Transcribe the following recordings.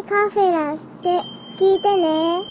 カフェラって聞いてね。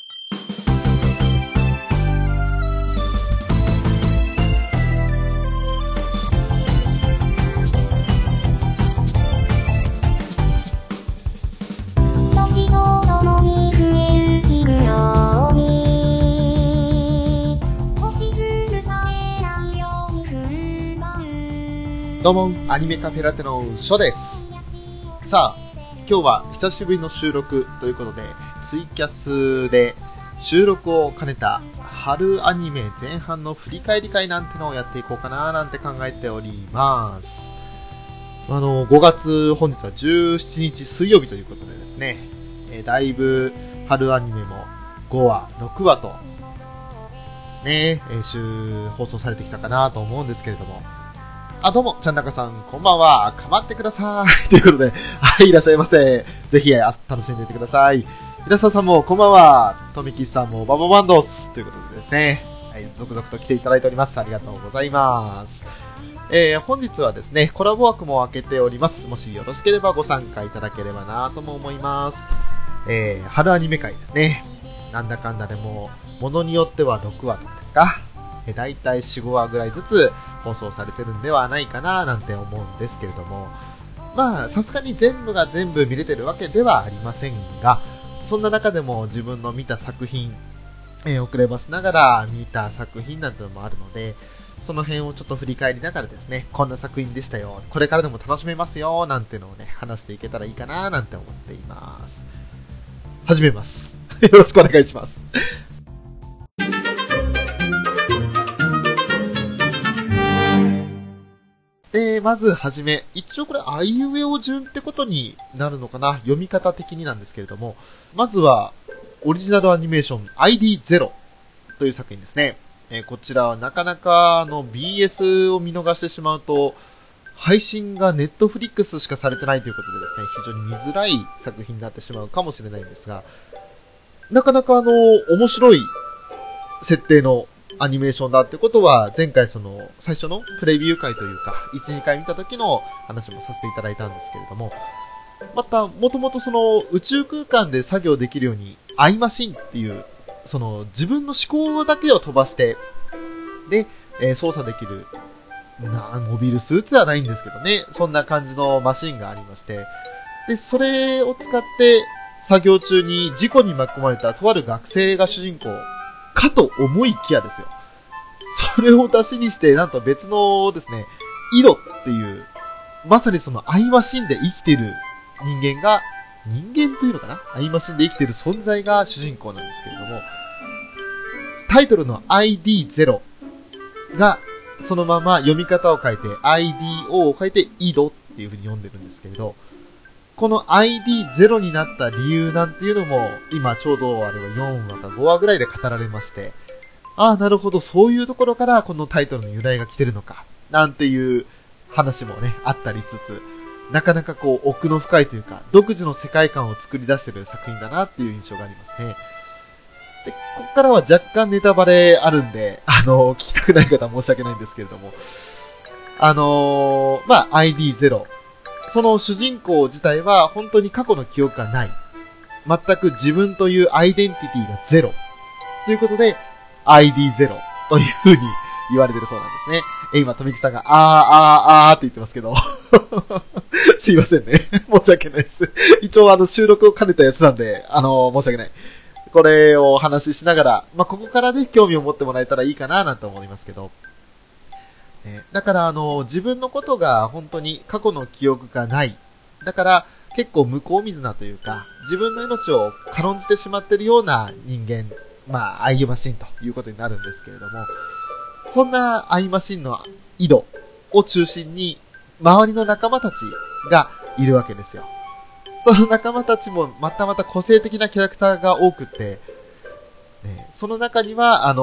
年とともに増える日のように星屑さえないように踏ん張る。 どうも、アニメカフェラテのショです。さあ、今日は久しぶりの収録ということで、ツイキャスで収録を兼ねた春アニメ前半の振り返り会なんてのをやっていこうかななんて考えております。5月、本日は17日水曜日ということでですね、だいぶ春アニメも5話、6話とですね、週放送されてきたかなと思うんですけれども、どうも、ちゃんなかさん、こんばんは。かまってください。ということで、はい、いらっしゃいませ。ぜひ、楽しんでいってください。平沢さんも、こんばんは。とみきさんも、バババンドス。ということでですね、はい、続々と来ていただいております。ありがとうございます。本日はですね、コラボ枠も開けております。もしよろしければご参加いただければなとも思います。春アニメ会ですね。なんだかんだでも、ものによっては6話とかですか。だいたい4、5話ぐらいずつ放送されてるんではないかななんて思うんですけれども、まあさすがに全部が全部見れてるわけではありませんが、そんな中でも自分の見た作品、遅ればしながら見た作品なんてのもあるので、その辺をちょっと振り返りながらですね、こんな作品でしたよ、これからでも楽しめますよなんてのをね、話していけたらいいかななんて思っています。始めます。よろしくお願いします。で、まずはじめ、一応これ、あいうえお順ってことになるのかな、読み方的になんですけれども、まずは、オリジナルアニメーション ID0 という作品ですね。こちらはなかなかBS を見逃してしまうと、配信がネットフリックスしかされてないということでですね、非常に見づらい作品になってしまうかもしれないんですが、なかなか面白い設定のアニメーションだってことは、前回最初のプレビュー会というか、1、2回見た時の話もさせていただいたんですけれども、また、もともと宇宙空間で作業できるように、アイマシンっていう、自分の思考だけを飛ばして、で、操作できる、モビルスーツはないんですけどね、そんな感じのマシンがありまして、で、それを使って、作業中に事故に巻き込まれたとある学生が主人公、かと思いきやですよ。それを出しにして、なんと別のですね、井戸っていう、まさにアイマシンで生きている人間が、人間というのかな、アイマシンで生きている存在が主人公なんですけれども、タイトルの ID0 が、そのまま読み方を変えて、IDO を変えて井戸っていう風に読んでるんですけれど、この ID0 になった理由なんていうのも、今ちょうどあれは4話か5話ぐらいで語られまして、なるほど、そういうところからこのタイトルの由来が来てるのか、なんていう話もね、あったりしつつ、なかなか奥の深いというか、独自の世界観を作り出している作品だなっていう印象がありますね。で、ここからは若干ネタバレあるんで、聞きたくない方は申し訳ないんですけれども、ID0。その主人公自体は本当に過去の記憶がない。全く自分というアイデンティティがゼロ。ということで、ID0 という風に言われてるそうなんですね。今、富木さんが、って言ってますけど。すいませんね。申し訳ないです。一応、収録を兼ねたやつなんで、申し訳ない。これをお話ししながら、ここからね、興味を持ってもらえたらいいかな、なんて思いますけど。だから自分のことが本当に過去の記憶がない。だから結構向こう水なというか、自分の命を軽んじてしまっているような人間、アイマシンということになるんですけれども、そんなアイマシンの井戸を中心に周りの仲間たちがいるわけですよ。その仲間たちもまた個性的なキャラクターが多くて、その中には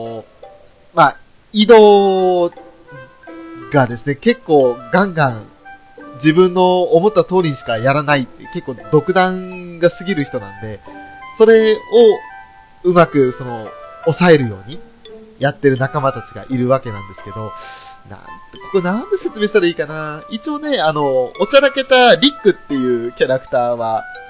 井戸がですね、結構ガンガン自分の思った通りにしかやらないって結構独断が過ぎる人なんで、それをうまく抑えるようにやってる仲間たちがいるわけなんですけど、ここなんで説明したらいいかな。一応ね、おちゃらけたリックっていうキャラクターは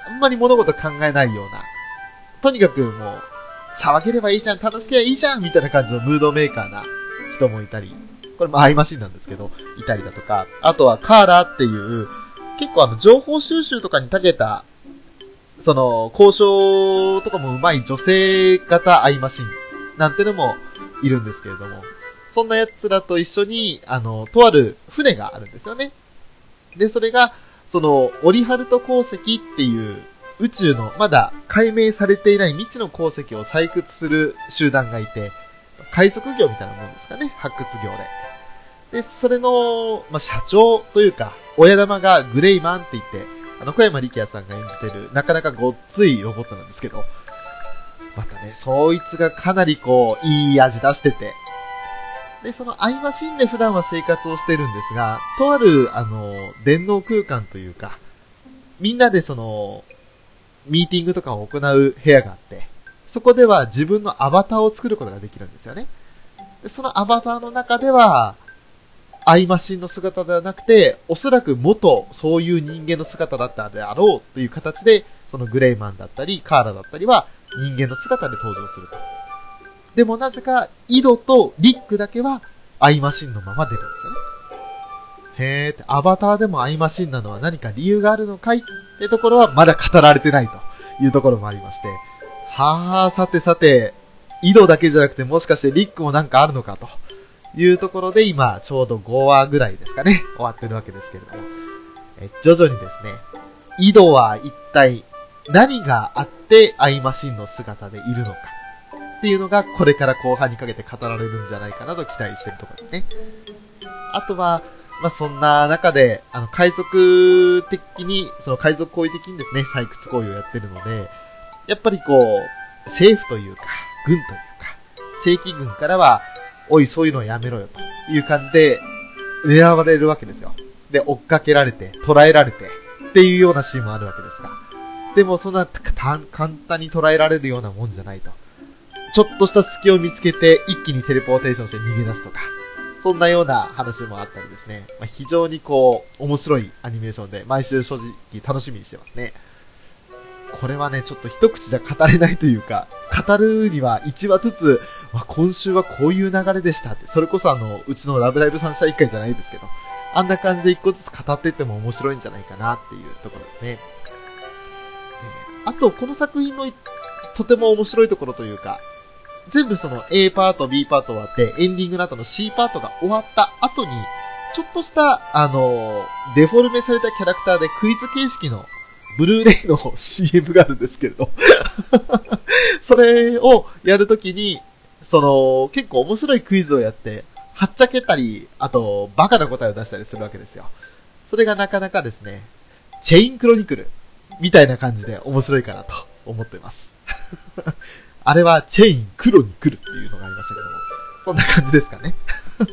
あんまり物事考えないような、とにかくもう、騒げればいいじゃん、楽しければいいじゃんみたいな感じのムードメーカーな人もいたり、これもアイマシンなんですけど、いたりだとか、あとはカーラっていう、結構情報収集とかに長けた、交渉とかも上手い女性型アイマシンなんてのもいるんですけれども、そんな奴らと一緒に、とある船があるんですよね。で、それが、オリハルト鉱石っていう宇宙のまだ解明されていない未知の鉱石を採掘する集団がいて、海賊業みたいなもんですかね、発掘業で。で、それの、社長というか、親玉がグレイマンって言って、小山力也さんが演じてる、なかなかごっついロボットなんですけど、またね、そいつがかなりいい味出してて、で、そのアイマシンで普段は生活をしてるんですが、とある、電脳空間というか、みんなでミーティングとかを行う部屋があって、そこでは自分のアバターを作ることができるんですよね。でそのアバターの中では、アイマシンの姿ではなくて、おそらく元そういう人間の姿だったであろうという形で、そのグレイマンだったり、カーラだったりは人間の姿で登場すると。でもなぜか、イドとリックだけはアイマシンのまま出るんですよね。へーって、アバターでもアイマシンなのは何か理由があるのかいってところはまだ語られてないというところもありまして。はー、さてさて、イドだけじゃなくてもしかしてリックもなんかあるのかというところで今ちょうど5話ぐらいですかね、終わってるわけですけれども。徐々にですね、イドは一体何があってアイマシンの姿でいるのか。っていうのがこれから後半にかけて語られるんじゃないかなと期待してるところですね。あとは、そんな中で、海賊的に、海賊行為的にですね、採掘行為をやってるので、やっぱり政府というか、軍というか、正規軍からは、おい、そういうのはやめろよ、という感じで、狙われるわけですよ。で、追っかけられて、捕らえられて、っていうようなシーンもあるわけですが。でも、そんな、簡単に捕らえられるようなもんじゃないと。ちょっとした隙を見つけて一気にテレポーテーションして逃げ出すとか、そんなような話もあったりですね。非常に面白いアニメーションで、毎週正直楽しみにしてますね。これはね、ちょっと一口じゃ語れないというか、語るには1話ずつ、今週はこういう流れでしたって、それこそうちのラブライブサンシャイン会じゃないですけど、あんな感じで一個ずつ語っていっても面白いんじゃないかなっていうところですね。あと、この作品のとても面白いところというか、全部A パート、B パート終わって、エンディングの後の C パートが終わった後に、ちょっとした、デフォルメされたキャラクターでクイズ形式のブルーレイの CM があるんですけれど、それをやるときに、結構面白いクイズをやって、はっちゃけたり、あと、バカな答えを出したりするわけですよ。それがなかなかですね、チェインクロニクルみたいな感じで面白いかなと思っています。あれはチェイン黒に来るっていうのがありましたけども、そんな感じですかね。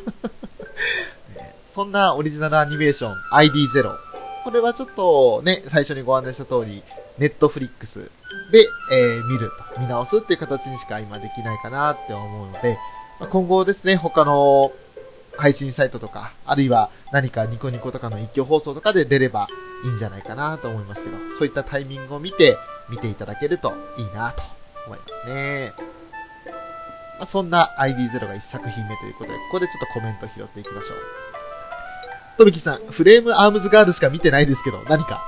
そんなオリジナルアニメーション ID0。これはちょっとね、最初にご案内した通り、ネットフリックスで、見直すっていう形にしか今できないかなって思うので、今後ですね、他の配信サイトとか、あるいは何かニコニコとかの一挙放送とかで出ればいいんじゃないかなと思いますけど、そういったタイミングを見ていただけるといいなと思いますね。そんな ID0 が1作品目ということで、ここでちょっとコメント拾っていきましょう。とびきさん、フレームアームズガールしか見てないですけど、何か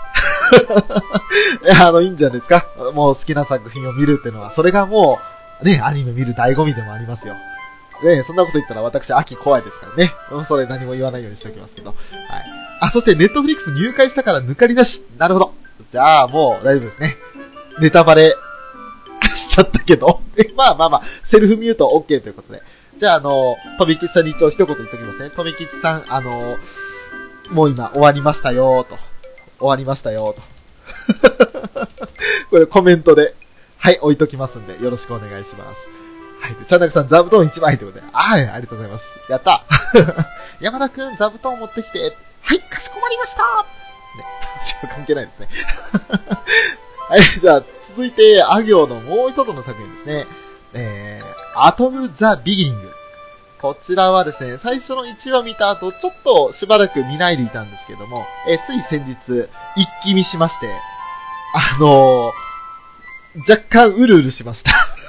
いいんじゃないですか。もう好きな作品を見るっていうのは、それがもう、ね、アニメ見る醍醐味でもありますよ。ね、そんなこと言ったら私、秋怖いですからね。それ何も言わないようにしておきますけど。はい。あ、そして、ネットフリックス入会したから抜かりなし。なるほど。じゃあ、もう大丈夫ですね。ネタバレしちゃったけど。まあ、セルフミュート OK ということで。じゃあ、とびきちさんに一応一言言っときますね。とびきちさん、もう今終わりましたよと。終わりましたよと。これコメントで、はい、置いときますんで、よろしくお願いします。はい。チャンナクさん、座布団1枚ということで。はい、ありがとうございます。やった山田くん、座布団持ってきて。はい、かしこまりましたね、話は関係ないですね。はい、じゃあ、続いて、あ行のもう一つの作品ですね。アトム・ザ・ビギニング。こちらはですね、最初の1話見た後、ちょっとしばらく見ないでいたんですけども、つい先日、一気見しまして、 若干うるうるしました。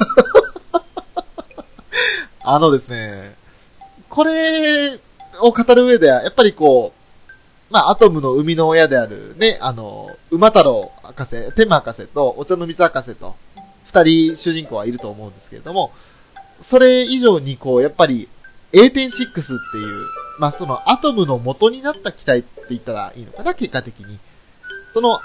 ですね、これを語る上では、やっぱりこう、アトムの生みの親であるね、馬太郎博士、天馬博士とお茶の水博士と、二人主人公はいると思うんですけれども、それ以上にこう、やっぱり、A.6 っていう、そのアトムの元になった機体って言ったらいいのかな、結果的に。その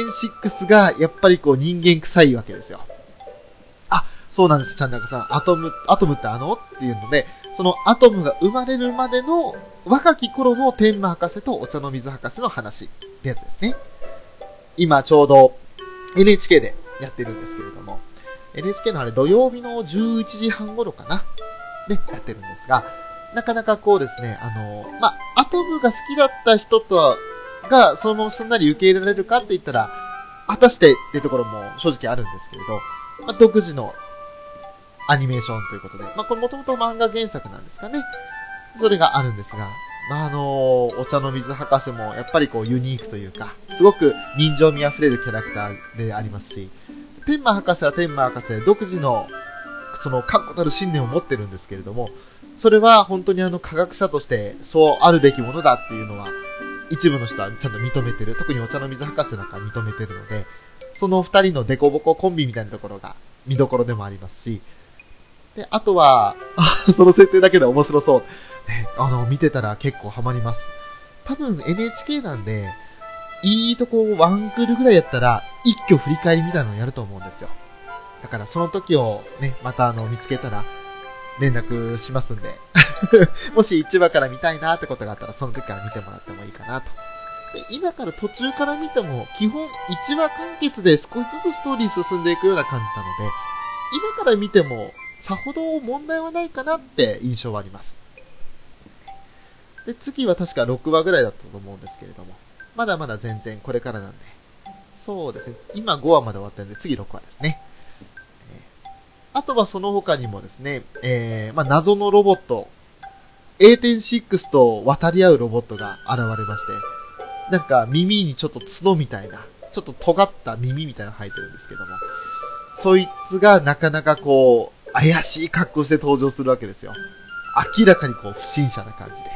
A.6 が、やっぱりこう人間臭いわけですよ。あ、そうなんです、ちゃんなかさん。アトムってっていうので、そのアトムが生まれるまでの若き頃の天馬博士とお茶の水博士の話ってやつですね。今ちょうど NHK でやってるんですけれども、NHK の土曜日の11時半頃かな。で、やってるんですが、なかなかこうですね、アトムが好きだった人がそのまますんなり受け入れられるかって言ったら、果たしてっていうところも正直あるんですけれど、独自のアニメーションということで、これもともと漫画原作なんですかね。それがあるんですが、お茶の水博士もやっぱりこうユニークというか、すごく人情味あふれるキャラクターでありますし、天馬博士は天馬博士で独自のその確固たる信念を持ってるんですけれども、それは本当に科学者としてそうあるべきものだっていうのは、一部の人はちゃんと認めてる。特にお茶の水博士なんか認めてるので、その二人のデコボココンビみたいなところが見どころでもありますし、で、あとは、その設定だけで面白そう。見てたら結構ハマります。多分 NHK なんで、いいとこワンクールぐらいやったら、一挙振り返りみたいなのをやると思うんですよ。だからその時をね、また見つけたら、連絡しますんで。もし1話から見たいなってことがあったら、その時から見てもらってもいいかなと。で、今から途中から見ても、基本1話完結で少しずつストーリー進んでいくような感じなので、今から見ても、さほど問題はないかなって印象はあります。で、次は確か6話ぐらいだったと思うんですけれども、まだまだ全然これからなんで、そうですね、今5話まで終わったんで、次6話ですね。あとはその他にもですね、謎のロボット、A.6 と渡り合うロボットが現れまして、なんか耳にちょっと角みたいな、ちょっと尖った耳みたいなの生えてるんですけども、そいつがなかなかこう、怪しい格好して登場するわけですよ。明らかにこう不審者な感じで。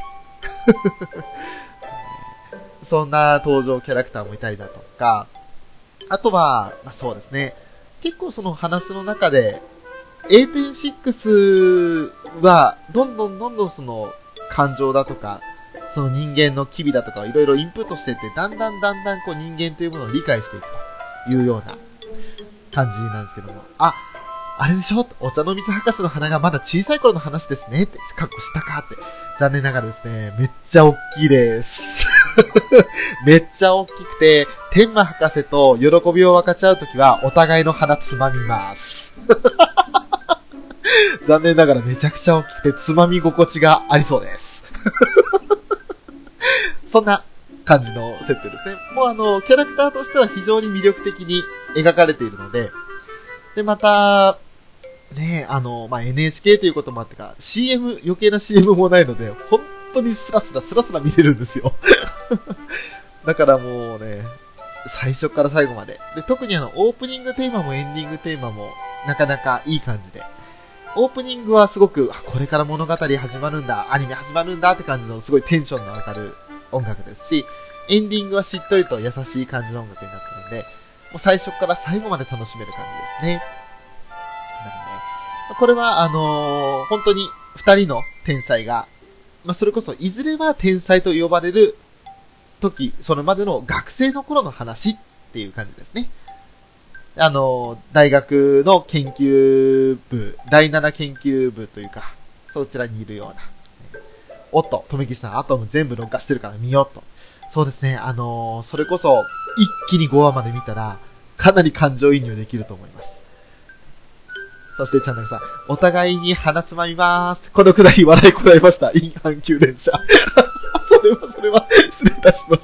そんな登場キャラクターもいたりだとか、あとは、そうですね、結構その話の中で、A.6 は、どんどんその感情だとか、その人間の機微だとかをいろいろインプットしていって、だんだんこう人間というものを理解していくというような感じなんですけども、あれでしょお茶の水博士の花がまだ小さい頃の話ですねって、かっこしたかって。残念ながらですね、めっちゃ大きいです。めっちゃ大きくて、天馬博士と喜びを分かち合うときは、お互いの花つまみます。残念ながらめちゃくちゃ大きくて、つまみ心地がありそうです。そんな感じの設定ですね。もうキャラクターとしては非常に魅力的に描かれているので、で、また、ねNHK ということもあってか、余計な CM もないので、本当にスラスラ見れるんですよ。だからもうね、最初から最後まで。で、特にオープニングテーマもエンディングテーマも、なかなかいい感じで。オープニングはすごく、これから物語始まるんだ、アニメ始まるんだって感じのすごいテンションの上がる音楽ですし、エンディングはしっとりと優しい感じの音楽になってるので、もう最初から最後まで楽しめる感じですね。なので、これは本当に二人の天才が、それこそいずれは天才と呼ばれる時、それまでの学生の頃の話っていう感じですね。大学の研究部、第7研究部というか、そちらにいるような。おっと、とめきさん、アトム全部録画してるから見ようと。そうですね、それこそ、一気に5話まで見たら、かなり感情移入できると思います。そして、チャンネルさん、お互いに鼻つまみまーす。このくらい笑いこらえました。インハン級連射。それは、失礼いたしました。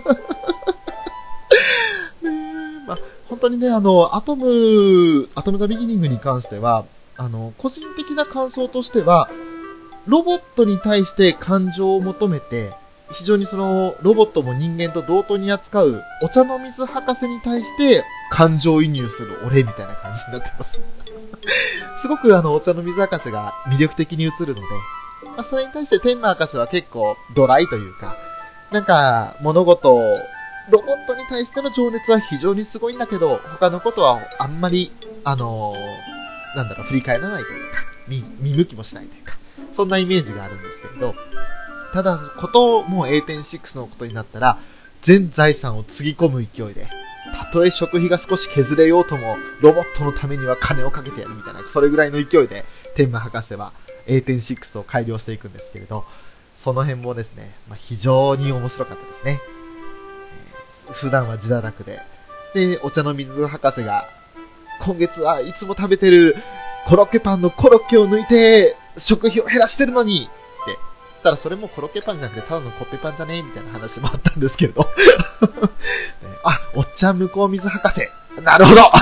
本当にね、アトム・ザ・ビギニングに関しては、個人的な感想としては、ロボットに対して感情を求めて、 非常にそのロボットも人間と同等に扱うお茶の水博士に対して感情移入する俺みたいな感じになってます。すごくお茶の水博士が魅力的に映るので、それに対して天馬博士は結構ドライというか、なんか物事を、ロボットに対しての情熱は非常にすごいんだけど、他のことはあんまり、振り返らないというか、見向きもしないというか、そんなイメージがあるんですけれど、ただ、もう A.6 のことになったら、全財産をつぎ込む勢いで、たとえ食費が少し削れようとも、ロボットのためには金をかけてやるみたいな、それぐらいの勢いで、天馬博士は A.6 を改良していくんですけれど、その辺もですね、非常に面白かったですね。普段は自堕落で、で、お茶の水博士が、今月はいつも食べてるコロッケパンのコロッケを抜いて、食費を減らしてるのに、って。ただそれもコロッケパンじゃなくて、ただのコッペパンじゃねえみたいな話もあったんですけれど。お茶向こう水博士。なるほど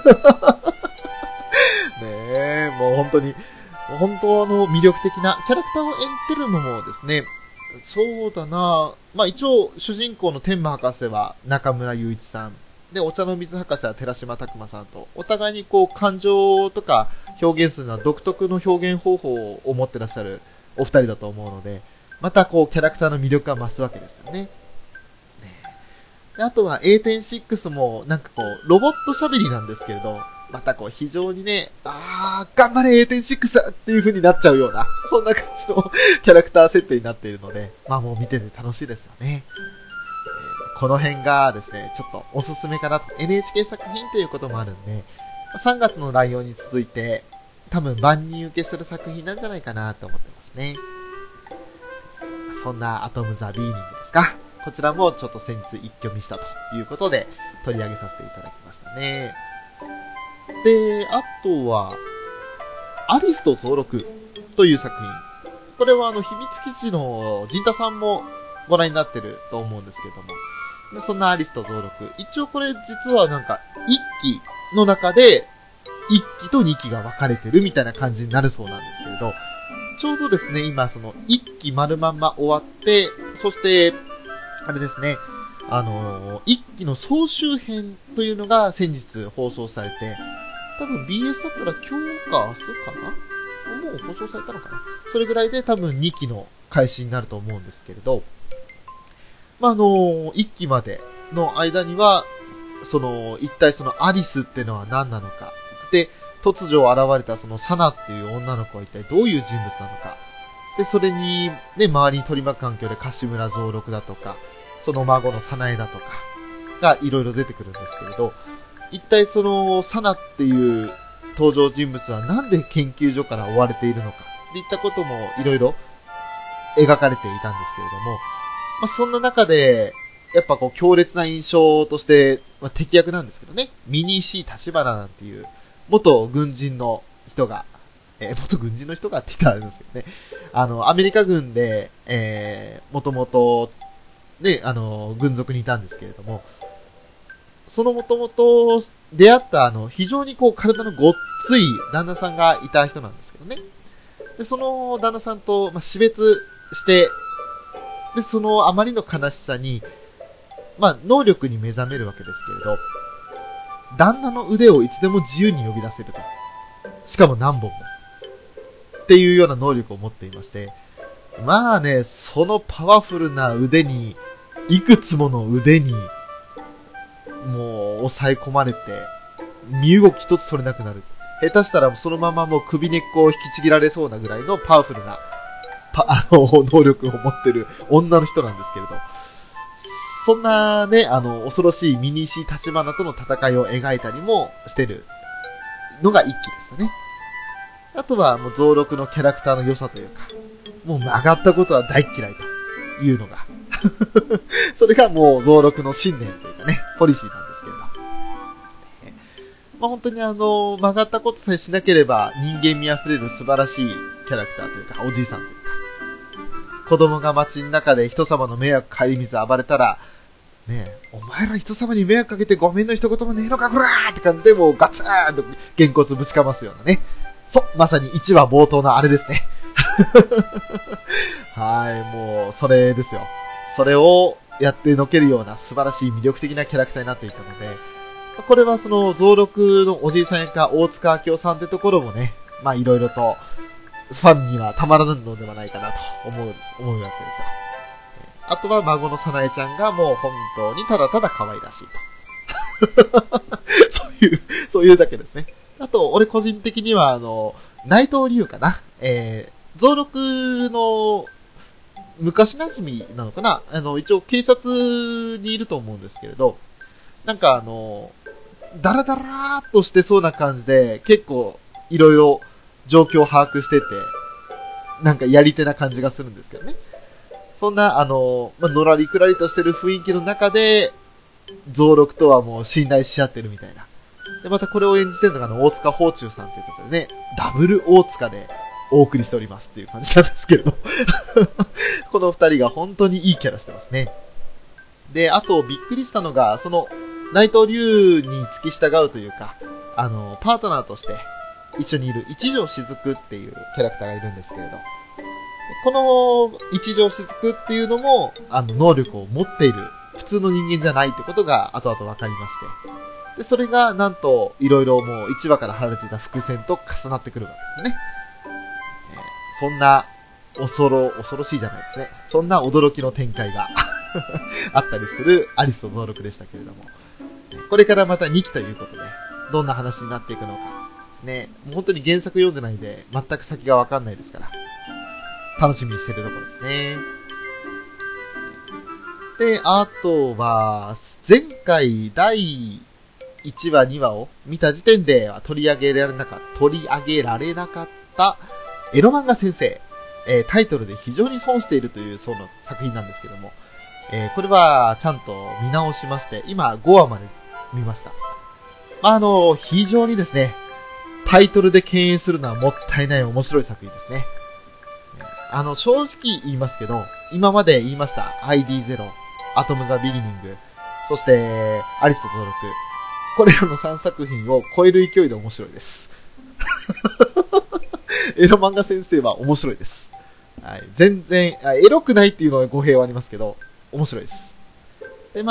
ねえ、もう本当に、本当魅力的なキャラクターを演じてるのもですね、そうだな、一応主人公の天馬博士は中村雄一さんで、お茶の水博士は寺島拓磨さんと、お互いに感情とか表現するのは独特の表現方法を持ってらっしゃるお二人だと思うので、またキャラクターの魅力が増すわけですよね。であとは A.6 もロボット喋りなんですけれど、また非常にね、頑張れ A.6 っていう風になっちゃうような、そんな感じのキャラクター設定になっているので、もう見てて楽しいですよね。この辺がですね、ちょっとおすすめかなと。NHK 作品ということもあるんで、3月のライオンに続いて、多分万人受けする作品なんじゃないかなと思ってますね。そんなアトム・ザ・ビーニングですか。こちらもちょっと先日一挙見したということで取り上げさせていただきましたね。で、あとは、アリスと増録という作品。これは秘密基地の陣太さんもご覧になってると思うんですけれども。でそんなアリスと増録。一応これ実は1期の中で、1期と2期が分かれてるみたいな感じになるそうなんですけれど、ちょうどですね、今1期丸まんま終わって、そして、あれですね、1期の総集編というのが先日放送されて、多分 BS だったら今日か明日かな？もう放送されたのかな？それぐらいで多分2期の開始になると思うんですけれど、1期までの間には、一体アリスってのは何なのか。で、突如現れたサナっていう女の子は一体どういう人物なのか。で、それに、ね、周りに取り巻く環境で樫村増六だとか、その孫のサナエだとか、がいろいろ出てくるんですけれど、一体サナっていう登場人物はなんで研究所から追われているのか、っていったこともいろいろ描かれていたんですけれども、そんな中で、やっぱ強烈な印象として、敵役なんですけどね、ミニーシー立花なんていう、元軍人の人がって言ったらあれですけどね、アメリカ軍で、もともと、ね、軍属にいたんですけれども、そのもともと出会った非常に体のごっつい旦那さんがいた人なんですけどね。で、その旦那さんと、死別して、で、あまりの悲しさに、能力に目覚めるわけですけれど、旦那の腕をいつでも自由に呼び出せると。しかも何本も。っていうような能力を持っていまして、そのパワフルな腕に、いくつもの腕に、もう抑え込まれて、身動き一つ取れなくなる。下手したらそのままもう首根っこを引きちぎられそうなぐらいのパワフルな、能力を持ってる女の人なんですけれど、そんなね、恐ろしいミニシー立花との戦いを描いたりもしてるのが一期でしたね。あとはもう増録のキャラクターの良さというか、もう曲がったことは大嫌いというのが、それがもう増録の信念というかね、ポリシーなんですけれど。本当に曲がったことさえしなければ人間味あふれる素晴らしいキャラクターというか、おじいさんというか、子供が街の中で人様の迷惑顧みず暴れたら、ねえ、お前ら人様に迷惑かけてごめんの一言もねえのかこらーって感じでもうガツーンとげんこつぶちかますようなね。まさに1話冒頭のあれですね。はい、もう、それですよ。 それをやってのけるような素晴らしい魅力的なキャラクターになっていたので、これはその増録のおじいさん役大塚明夫さんってところもね、まあいろいろとファンにはたまらぬのではないかなと思うわけですよ。あとは孫のさなえちゃんがもう本当にただただ可愛らしいと。そういうだけですね。あと、俺個人的には内藤龍かな。増録の昔馴染みなのかな。一応警察にいると思うんですけれど、なんかダラダラーっとしてそうな感じで、結構いろいろ状況を把握してて、なんかやり手な感じがするんですけどね。そんな、のらりくらりとしてる雰囲気の中で、増録とはもう信頼し合ってるみたいな。で、またこれを演じてるのが大塚芳忠さんということでね、ダブル大塚でお送りしておりますっていう感じなんですけれど。この二人が本当にいいキャラしてますね。で、あとびっくりしたのが、その、内藤龍に付き従うというか、パートナーとして一緒にいる一条雫っていうキャラクターがいるんですけれど、この一条雫っていうのも、能力を持っている普通の人間じゃないってことが後々分かりまして、で、それがなんといろいろもう1話から張られていた伏線と重なってくるわけですね。そんな恐ろしいじゃないですね。そんな驚きの展開があったりするアリスと増録でしたけれども、これからまた2期ということで、どんな話になっていくのかですね。もう本当に原作読んでないんで、全く先がわかんないですから、楽しみにしてるところですね。で、あとは、前回第1話、2話を見た時点では取り上げられなかったエロ漫画先生。タイトルで非常に損しているというその作品なんですけども、これはちゃんと見直しまして、今5話まで見ました。非常にですね、タイトルで敬遠するのはもったいない面白い作品ですね。正直言いますけど、今まで言いました ID0、アトム・ザ・ビギニング、そしてアリスと増録、これらの3作品を超える勢いで面白いです。エロ漫画先生は面白いです。はい、全然エロくないっていうのは語弊はありますけど、面白いです。で、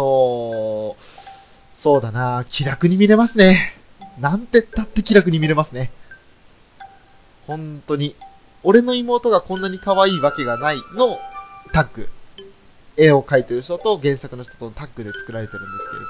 そうだな、気楽に見れますね。なんてったって気楽に見れますね。本当に。俺の妹がこんなに可愛いわけがないのタッグ。絵を描いてる人と原作の人とのタッグで作られてるんですけれ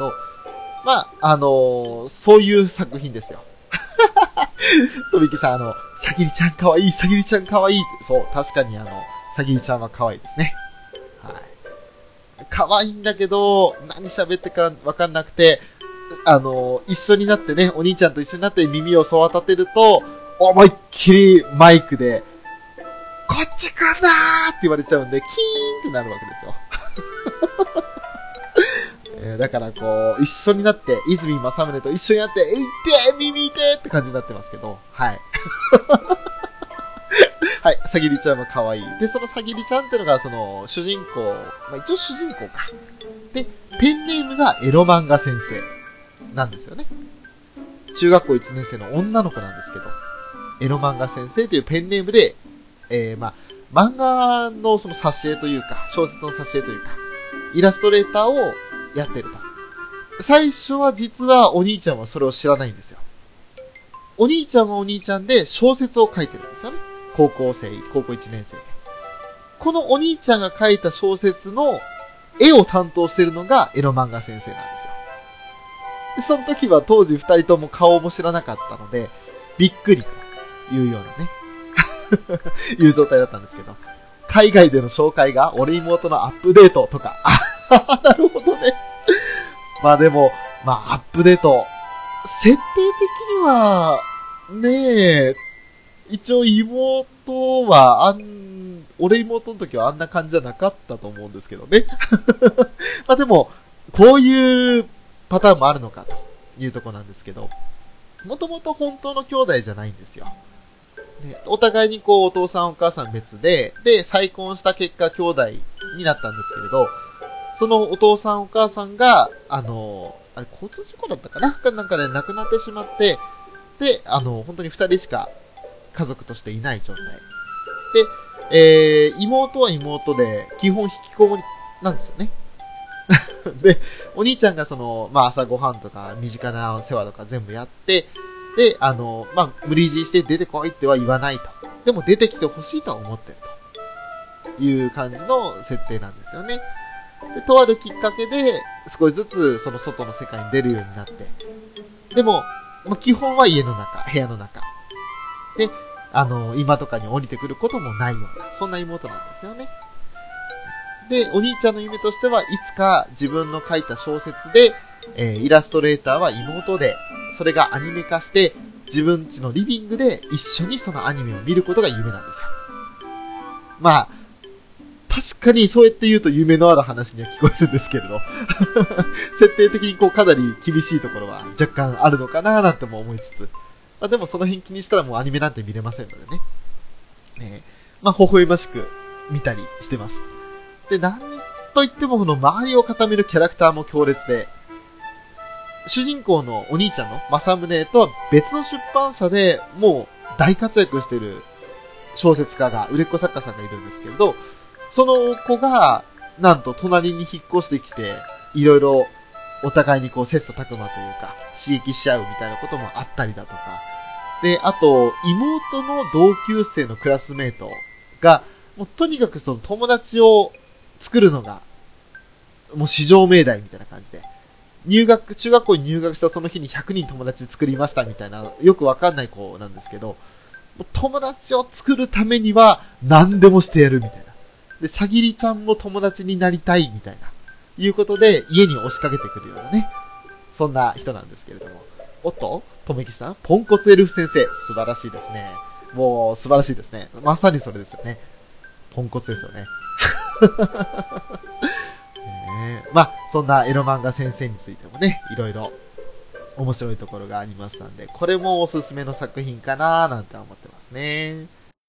ど、そういう作品ですよ。とびきさん、さぎりちゃん可愛い、さぎりちゃん可愛いって、そう、確かにさぎりちゃんは可愛いですね。はい。可愛いんだけど、何喋ってかわかんなくて、一緒になってね、お兄ちゃんと一緒になって耳をそわ立てると、思いっきりマイクで、こっち来んなーって言われちゃうんで、キーンってなるわけですよ。だから一緒になって、泉正宗と一緒になって、いって耳痛って感じになってますけど、はい。はい、さぎりちゃんも可愛い。で、そのさぎりちゃんっていうのが、主人公、一応主人公か。で、ペンネームがエロ漫画先生なんですよね。中学校1年生の女の子なんですけど、エロ漫画先生というペンネームで、漫画のその挿絵というか、小説の挿絵というか、イラストレーターをやってると。最初は実はお兄ちゃんはそれを知らないんですよ。お兄ちゃんはお兄ちゃんで小説を書いてるんですよね。高校1年生で。このお兄ちゃんが書いた小説の絵を担当してるのがエロ漫画先生なんですよ。でその時は当時2人とも顔も知らなかったので、びっくりというようなね、いう状態だったんですけど、海外での紹介が俺妹のアップデートとか、なるほどね。でも、アップデート、設定的には、ねえ、一応妹は、俺妹の時はあんな感じじゃなかったと思うんですけどね。でも、こういうパターンもあるのかというところなんですけど、もともと本当の兄弟じゃないんですよ。ね、お互いにお父さんお母さん別で、再婚した結果兄弟になったんですけれど、そのお父さんお母さんが、あれ交通事故だったかななんかで亡くなってしまって、で、本当に二人しか家族としていない状態。で、妹は妹で、基本引きこもりなんですよね。で、お兄ちゃんが朝ごはんとか身近な世話とか全部やって、で、無理強いして出てこいっては言わないと。でも出てきてほしいとは思ってるという感じの設定なんですよね。で、とあるきっかけで少しずつその外の世界に出るようになって、でも、基本は家の中、部屋の中。で、今とかに降りてくることもないような、そんな妹なんですよね。で、お兄ちゃんの夢としては、いつか自分の書いた小説で、イラストレーターは妹で、それがアニメ化して、自分家のリビングで一緒にそのアニメを見ることが夢なんですよ。まあ、確かにそうやって言うと夢のある話には聞こえるんですけれど、設定的にかなり厳しいところは若干あるのかななんても思いつつ、でもその辺気にしたらもうアニメなんて見れませんのでね。微笑ましく見たりしてます。で、なんといってもこの周りを固めるキャラクターも強烈で、主人公のお兄ちゃんの正宗とは別の出版社でもう大活躍している小説家が、売れっ子作家さんがいるんですけれど、その子が、なんと隣に引っ越してきて、いろいろお互いに切磋琢磨というか、刺激し合うみたいなこともあったりだとか、で、あと、妹の同級生のクラスメイトが、もうとにかくその友達を作るのが、もう至上命題みたいな感じで、中学校に入学したその日に100人友達作りましたみたいな、よくわかんない子なんですけど、友達を作るためには何でもしてやるみたいな。で、さぎりちゃんも友達になりたいみたいな、いうことで家に押しかけてくるようなね、そんな人なんですけれども。おっと、とめきさん、ポンコツエルフ先生、素晴らしいですね。もう素晴らしいですね。まさにそれですよね。ポンコツですよね。そんなエロ漫画先生についてもね、いろいろ面白いところがありましたんで、これもおすすめの作品かなーなんて思ってますね。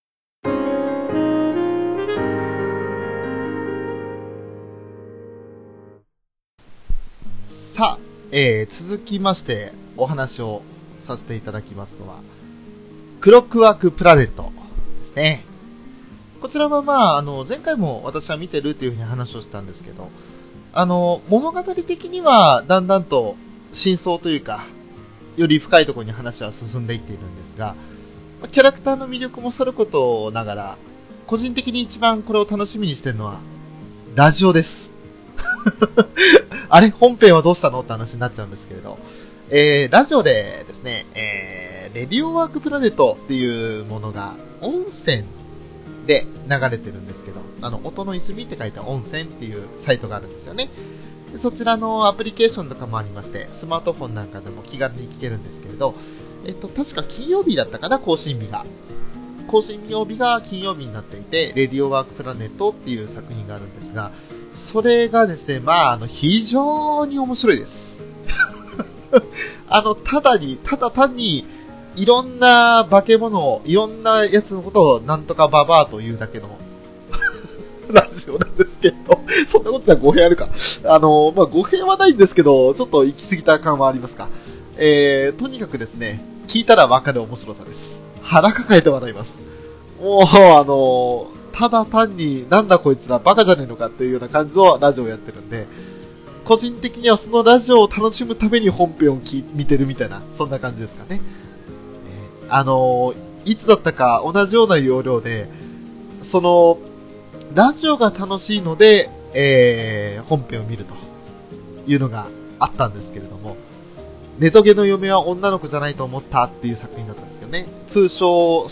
さあ、続きましてお話をさせていただきますのは、クロックワークプラネットですね。こちらは前回も私は見てるっていうふうに話をしたんですけど、物語的にはだんだんと真相というか、より深いところに話は進んでいっているんですが、キャラクターの魅力もさることながら、個人的に一番これを楽しみにしてるのは、ラジオです。あれ本編はどうしたのって話になっちゃうんですけれど、ラジオでですね、レディオワークプラネットっていうものが音声で流れてるんですけど、音の泉って書いた音声っていうサイトがあるんですよね。でそちらのアプリケーションとかもありまして、スマートフォンなんかでも気軽に聞けるんですけれど、確か金曜日だったかな、更新日が。更新曜日が金曜日になっていて、レディオワークプラネットっていう作品があるんですが、それがですね、非常に面白いです。ただ単に、いろんな化け物、いろんなやつのことをなんとかババアというだけのラジオなんですけど、そんなことは語弊あるか。語弊はないんですけど、ちょっと行き過ぎた感はありますか。とにかくですね、聞いたらわかる面白さです。腹抱えて笑います。もう、ただ単になんだこいつらバカじゃねえのかっていうような感じのラジオをやってるんで、個人的にはそのラジオを楽しむために本編を見てるみたいな、そんな感じですかね。いつだったか同じような要領で、ラジオが楽しいので、本編を見るというのがあったんですけれども、ネトゲの嫁は女の子じゃないと思ったっていう作品だったんですけどね。通称、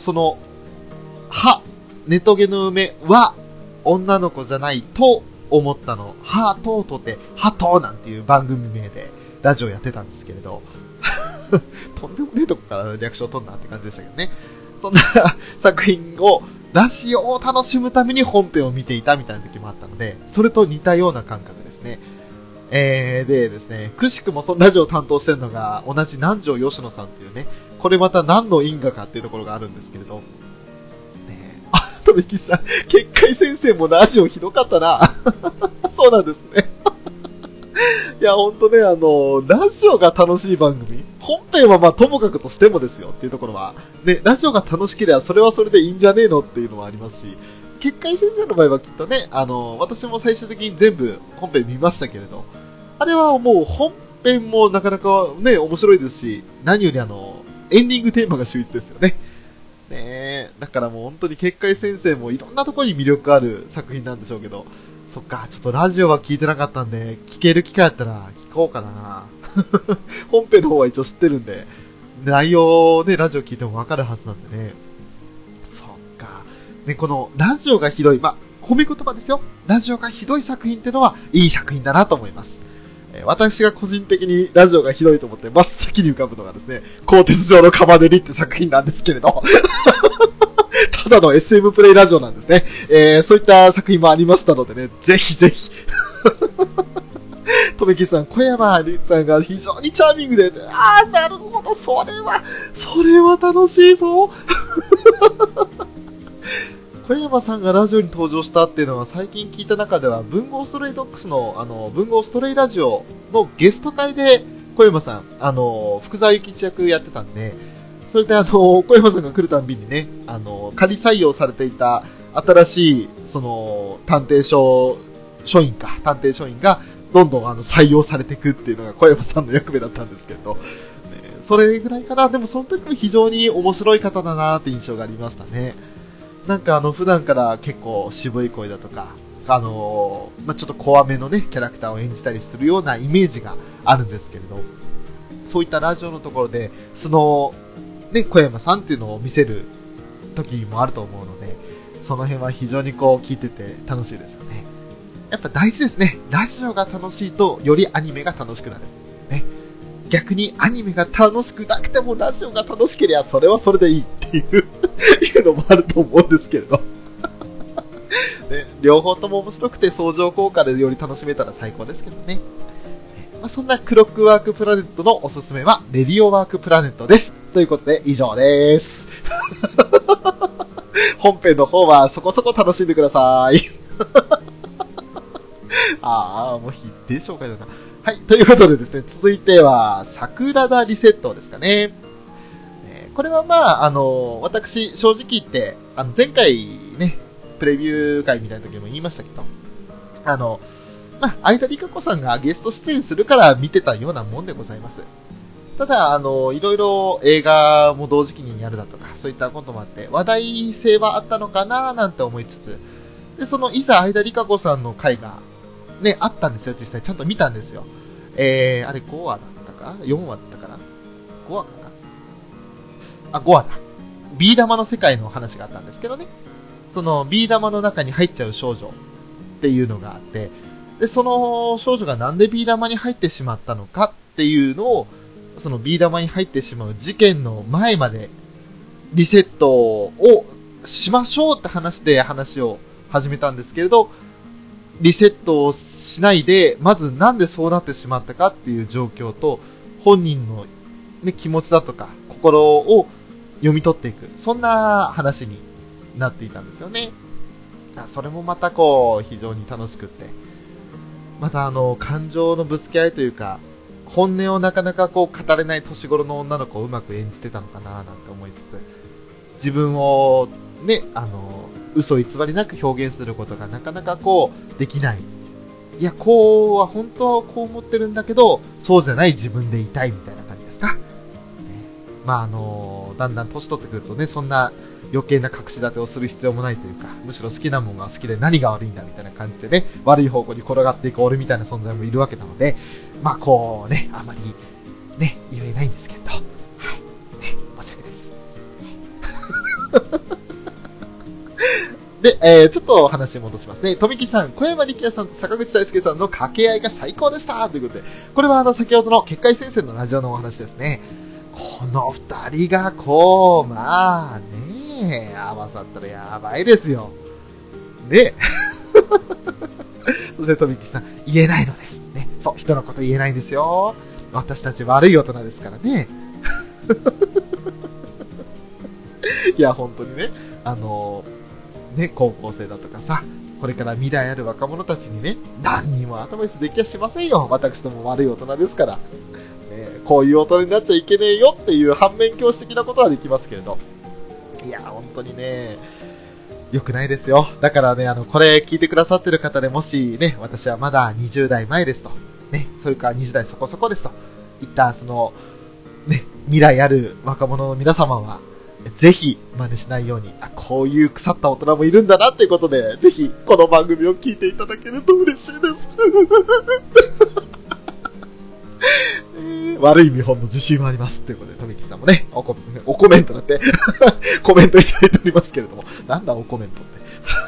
ネトゲの嫁は女の子じゃないと思ったの、とってハトなんていう番組名でラジオやってたんですけれど、とんでもねえとこから略称を取んなって感じでしたけどね。そんな作品を、ラジオを楽しむために本編を見ていたみたいな時もあったので、それと似たような感覚ですね。でですね、くしくもそのラジオを担当してるのが、同じ南條吉野さんっていうね、これまた何の因果かっていうところがあるんですけれど、とめきさん、結界先生もラジオひどかったな。そうなんですね。いや、ほんとね、ラジオが楽しい番組。本編はともかくとしてもですよっていうところは、ね、ラジオが楽しければそれはそれでいいんじゃねえのっていうのはありますし、 結界先生の場合はきっとね、私も最終的に全部本編見ましたけれど、あれはもう本編もなかなかね、面白いですし、何よりエンディングテーマが秀逸ですよね。ねえ、だからもう本当に結界先生もいろんなところに魅力ある作品なんでしょうけど、そっか、ちょっとラジオは聞いてなかったんで、聞ける機会あったら聞こうかな。本編の方は一応知ってるんで、内容をね、ラジオ聞いてもわかるはずなんでね。そっか。ね、このラジオがひどい、褒め言葉ですよ。ラジオがひどい作品ってのは、いい作品だなと思います。私が個人的にラジオがひどいと思って真っ先に浮かぶのがですね、鋼鉄上の釜練りって作品なんですけれど、ただの SM プレイラジオなんですね。そういった作品もありましたのでね、ぜひぜひ。とめきさん、小山律さんが非常にチャーミングで、なるほど、それは楽しいぞ。小山さんがラジオに登場したっていうのは最近聞いた中では文豪ストレイドックスの文豪ストレイラジオのゲスト会で小山さん福沢諭吉役やってたんで、それで小山さんが来るたんびにね仮採用されていた新しいその探偵書院がどんどん採用されていくっていうのが小山さんの役目だったんですけど、それぐらいかな。でもその時も非常に面白い方だなって印象がありましたね。なんか普段から結構渋い声だとか、ちょっと怖めのね、キャラクターを演じたりするようなイメージがあるんですけれど、そういったラジオのところで、小山さんっていうのを見せる時もあると思うので、その辺は非常に聞いてて楽しいですよね。やっぱ大事ですね。ラジオが楽しいと、よりアニメが楽しくなる。ね。逆にアニメが楽しくなくてもラジオが楽しければそれはそれでいいっていうのもあると思うんですけれど、ね、両方とも面白くて相乗効果でより楽しめたら最高ですけどね。そんなクロックワークプラネットのおすすめはレディオワークプラネットです。ということで以上です。本編の方はそこそこ楽しんでください。もう必定紹介だな。はい、ということでですね、続いては桜田リセットですかね。これは私正直言って前回ねプレビュー会みたいな時も言いましたけど、相田理香子さんがゲスト出演するから見てたようなもんでございます。ただいろいろ映画も同時期にやるだとかそういったこともあって話題性はあったのかななんて思いつつ、でそのいざ相田理香子さんの回がねあったんですよ。実際ちゃんと見たんですよ。あれ5話だったか4話だったかな、5話かな、5話だ。ビー玉の世界の話があったんですけどね。そのビー玉の中に入っちゃう少女っていうのがあって、で、その少女がなんでビー玉に入ってしまったのかっていうのを、そのビー玉に入ってしまう事件の前までリセットをしましょうって話で話を始めたんですけれど、リセットをしないで、まずなんでそうなってしまったかっていう状況と、本人の、ね、気持ちだとか、心を読み取っていく。そんな話になっていたんですよね。それもまた非常に楽しくって。また感情のぶつけ合いというか、本音をなかなか語れない年頃の女の子をうまく演じてたのかななんて思いつつ、自分をね、嘘偽りなく表現することがなかなかできない。いや、は本当はこう思ってるんだけど、そうじゃない自分でいたいみたいな感じですか。だんだん年取ってくるとね、そんな余計な隠し立てをする必要もないというか、むしろ好きなものが好きで何が悪いんだみたいな感じでね、悪い方向に転がっていく俺みたいな存在もいるわけなので、あまりね、言えないんですけれど、はい、ね、申し訳ないです。で、ちょっと話戻しますね。富木さん、小山力也さんと坂口大輔さんの掛け合いが最高でしたということで、これは先ほどの結界先生のラジオのお話ですね。この二人が合わさったらやばいですよ。ね。そして富木さん、言えないのです。ね。そう、人のこと言えないんですよ。私たち悪い大人ですからね。いや、本当にね、高校生だとかさ、これから未来ある若者たちにね、何にもアドバイスできやしませんよ。私ども悪い大人ですから。こういう大人になっちゃいけねえよっていう反面教師的なことはできますけれど。いや、本当にね、 良くないですよ。だからね、これ聞いてくださってる方でもしね、私はまだ20代前ですと。ね、それから20代そこそこですと。いったね、未来ある若者の皆様は、ぜひ真似しないように、こういう腐った大人もいるんだなっていうことで、ぜひこの番組を聞いていただけると嬉しいです。悪い見本の自信はありますっていうことで、富木さんもね、おコメントだって、コメントいただいておりますけれども、なんだおコメントって。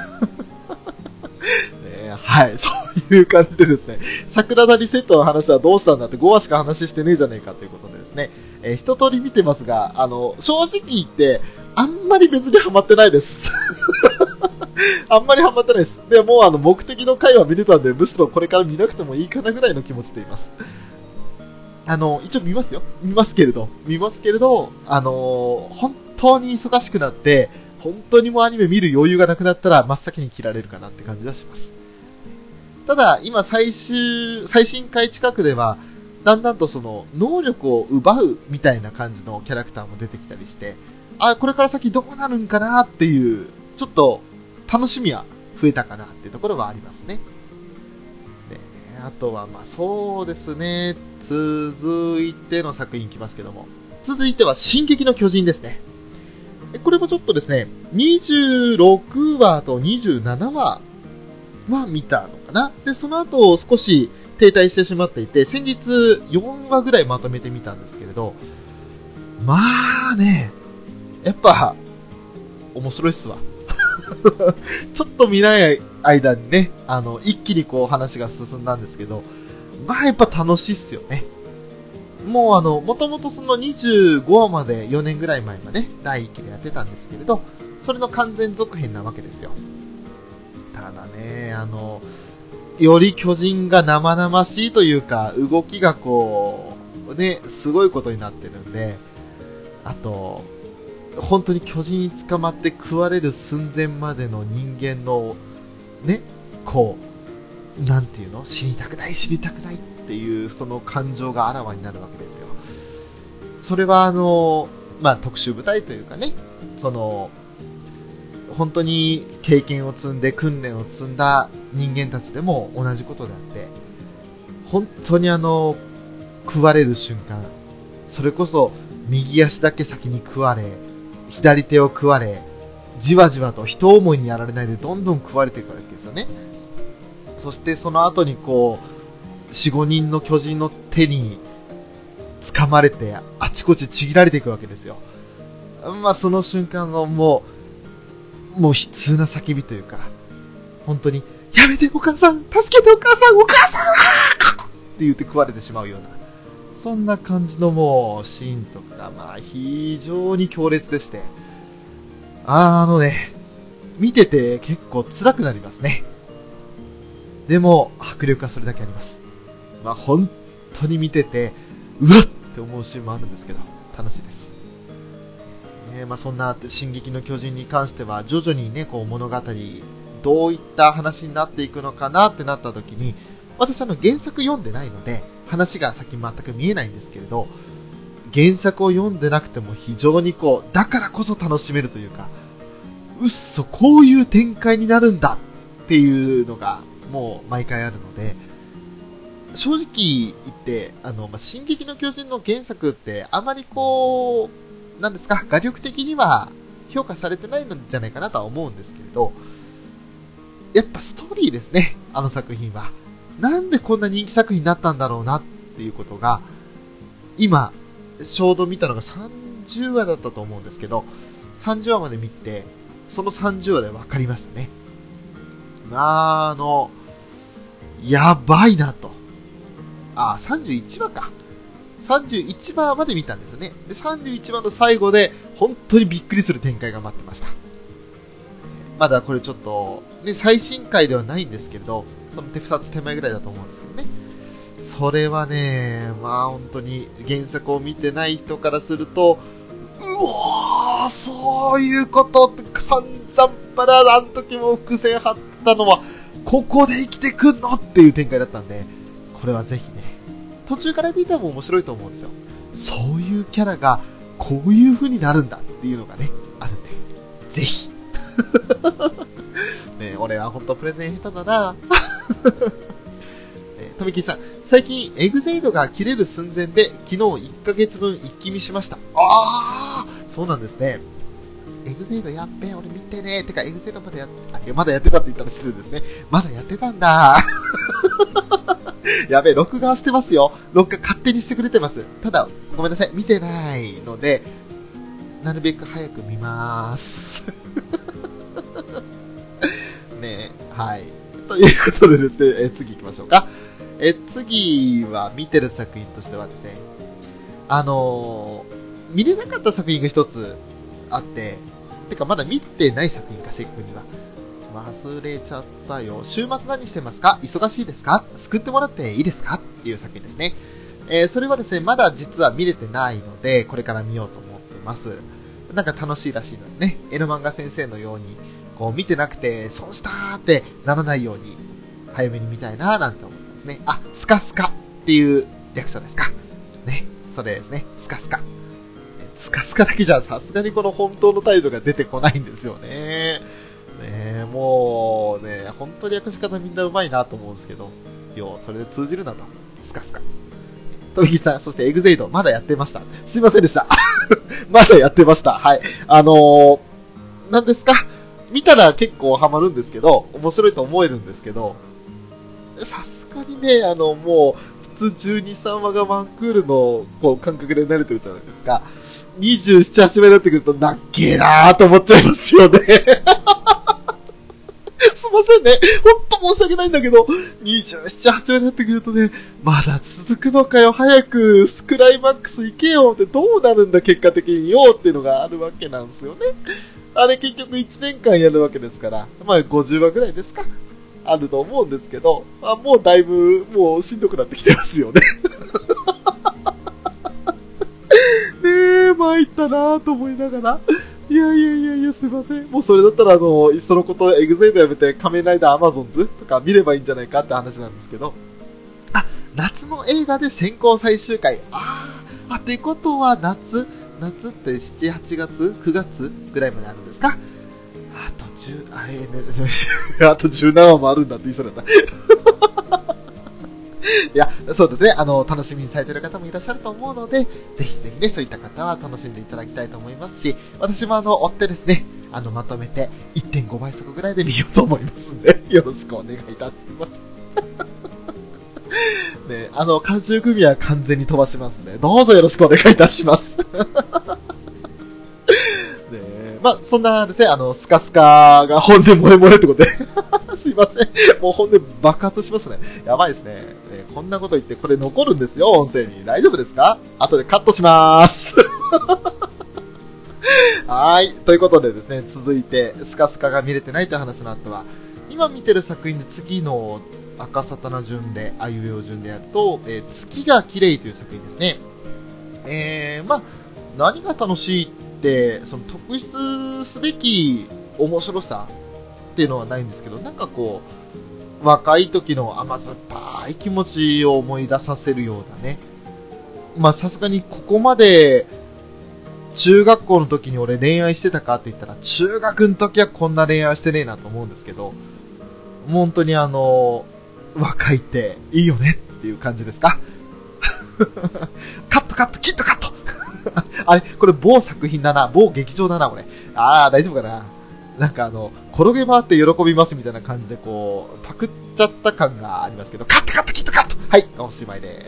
はい、そういう感じでですね、桜田リセットの話はどうしたんだって5話しか話してねえじゃねえかということでですね、一通り見てますが、正直言って、あんまり別にハマってないです。あんまりハマってないです。で、もう目的の回は見れたんで、むしろこれから見なくてもいいかなぐらいの気持ちでいます。一応見ますよ。見ますけれど、本当に忙しくなって、本当にもうアニメ見る余裕がなくなったら真っ先に切られるかなって感じはします。ただ、今最新回近くでは、だんだんと能力を奪うみたいな感じのキャラクターも出てきたりして、これから先どうなるんかなっていう、ちょっと楽しみは増えたかなっていうところはありますね。で、あとはそうですね、続いての作品いきますけども、続いては進撃の巨人ですね。これもちょっとですね、26話と27話は見たのかな。で、その後少し停滞してしまっていて、先日4話ぐらいまとめてみたんですけれど、やっぱ面白いっすわ。ちょっと見ない間にね、一気に話が進んだんですけど、やっぱ楽しいっすよね。もうもともとその25話まで4年ぐらい前まで第1期でやってたんですけれど、それの完全続編なわけですよ。ただね、より巨人が生々しいというか、動きがすごいことになってるんで、あと、本当に巨人に捕まって食われる寸前までの人間の、なんていうの？死にたくないっていうその感情があらわになるわけですよ。それは特殊部隊というかね、本当に経験を積んで訓練を積んだ人間たちでも同じことであって、本当に食われる瞬間、それこそ右足だけ先に食われ、左手を食われ、じわじわと人思いにやられないでどんどん食われていくわけですよね。そしてその後に4、5人の巨人の手に掴まれてあちこちちぎられていくわけですよ。その瞬間のもう悲痛な叫びというか、本当にやめてお母さん、助けてお母さんって言って食われてしまうような、そんな感じのシーンとか非常に強烈でして、見てて結構辛くなりますね。でも迫力はそれだけあります。本当に見ててうわっって思うシーンもあるんですけど、楽しいです。そんな進撃の巨人に関しては徐々にね、物語どういった話になっていくのかなってなった時に、私原作読んでないので話が先全く見えないんですけれど、原作を読んでなくても非常にだからこそ楽しめるというか、こういう展開になるんだっていうのがもう毎回あるので、正直言って進撃の巨人の原作ってあまりなんですか、画力的には評価されてないのじゃないかなとは思うんですけれど、やっぱストーリーですね。作品はなんでこんな人気作品になったんだろうなっていうことが、今ちょうど見たのが30話だったと思うんですけど、30話まで見て、その30話で分かりましたね。やばいなと。31話か。31話まで見たんですよね。で、31話の最後で本当にびっくりする展開が待ってました。まだこれちょっとね、最新回ではないんですけれど、その2つ手前ぐらいだと思うんですけどね。それはね、本当に原作を見てない人からすると、そういうことって散々あの時も伏線張ったのはここで生きてくんのっていう展開だったんで、これはぜひね、途中から見ても面白いと思うんですよ。そういうキャラがこういう風になるんだっていうのがね、あるんで、ぜひね、俺はほんとプレゼン下手だな。とみきさん、最近エグゼイドが切れる寸前で昨日1ヶ月分一気見しました。あー、そうなんですね。エグゼイドやっべ、俺見てね。てかエグゼイドまだまだやってたって言ったら失礼ですね。まだやってたんだ。やべえ、録画してますよ。録画勝手にしてくれてます。ただ、ごめんなさい、見てないので、なるべく早く見まーす。ねえ、はい。ということでですね、次行きましょうか。次は見てる作品としてはですね、見れなかった作品が一つあって、てかまだ見てない作品か、正確には。忘れちゃったよ。週末何してますか？忙しいですか？救ってもらっていいですか？っていう作品ですね。それはですね、まだ実は見れてないので、これから見ようと思ってます。なんか楽しいらしいのでね、エノ漫画先生のように、こう見てなくて、損したーってならないように、早めに見たいなーなんて思ってますね。あ、スカスカっていう略称ですか。ね、それですね、スカスカ。スカスカだけじゃさすがにこの本当の態度が出てこないんですよね。ね、もうね、本当に訳し方みんな上手いなと思うんですけど、それで通じるなと。スカスカ。とみきさん、そしてエグゼイド、まだやってました。すいませんでした。まだやってました。はい。何ですか？見たら結構ハマるんですけど、面白いと思えるんですけど、さすがにね、もう、普通12、3話がワンクールのこう感覚で慣れてるじゃないですか。27、8話になってくると、なっけーなーと思っちゃいますよね。すいませんね。ほんと申し訳ないんだけど、27、8話になってくるとね、まだ続くのかよ、早くスクライマックス行けよってどうなるんだ、結果的によっていうのがあるわけなんですよね。あれ結局1年間やるわけですから、まあ50話ぐらいですかあると思うんですけど、もうだいぶ、もうしんどくなってきてますよね。ねえ、参ったなぁと思いながら。いや、すいません。もうそれだったら、いっそのこと、エグゼイドやめて、仮面ライダーアマゾンズとか見ればいいんじゃないかって話なんですけど。あ、夏の映画で先行最終回。ってことは夏って7、8月 ?9 月ぐらいまであるんですか？あと17話もあるんだって言いそうだった。いや、そうですね。楽しみにされている方もいらっしゃると思うので、ぜひぜひね、そういった方は楽しんでいただきたいと思いますし、私も追ってですね、まとめて 1.5 倍速ぐらいで見ようと思いますんで、よろしくお願いいたします。ね、監修組は完全に飛ばしますんで、どうぞよろしくお願いいたします。まあ、そんなですね、スカスカが本音漏れ漏れってことで。すいません。もう本音爆発しますね。やばいですね。こんなこと言ってこれ残るんですよ、音声に。大丈夫ですか？後でカットしまーす。はい。ということでですね、続いて、スカスカが見れてないという話の後は、今見てる作品で次の赤サタナ順で、あいうえお順でやると、月が綺麗という作品ですね。まあ、何が楽しいその特筆すべき面白さっていうのはないんですけど、なんかこう若い時の甘酸っぱい気持ちを思い出させるようなね。まあさすがにここまで中学校の時に俺恋愛してたかって言ったら、中学の時はこんな恋愛してねえなと思うんですけど、本当に若いっていいよねっていう感じですか？カットキットカットあれこれ某作品だな、某劇場だな、これ。大丈夫かな。なんか転げ回って喜びますみたいな感じでこう、パクっちゃった感がありますけど、カットキットカットはい、おしまいです。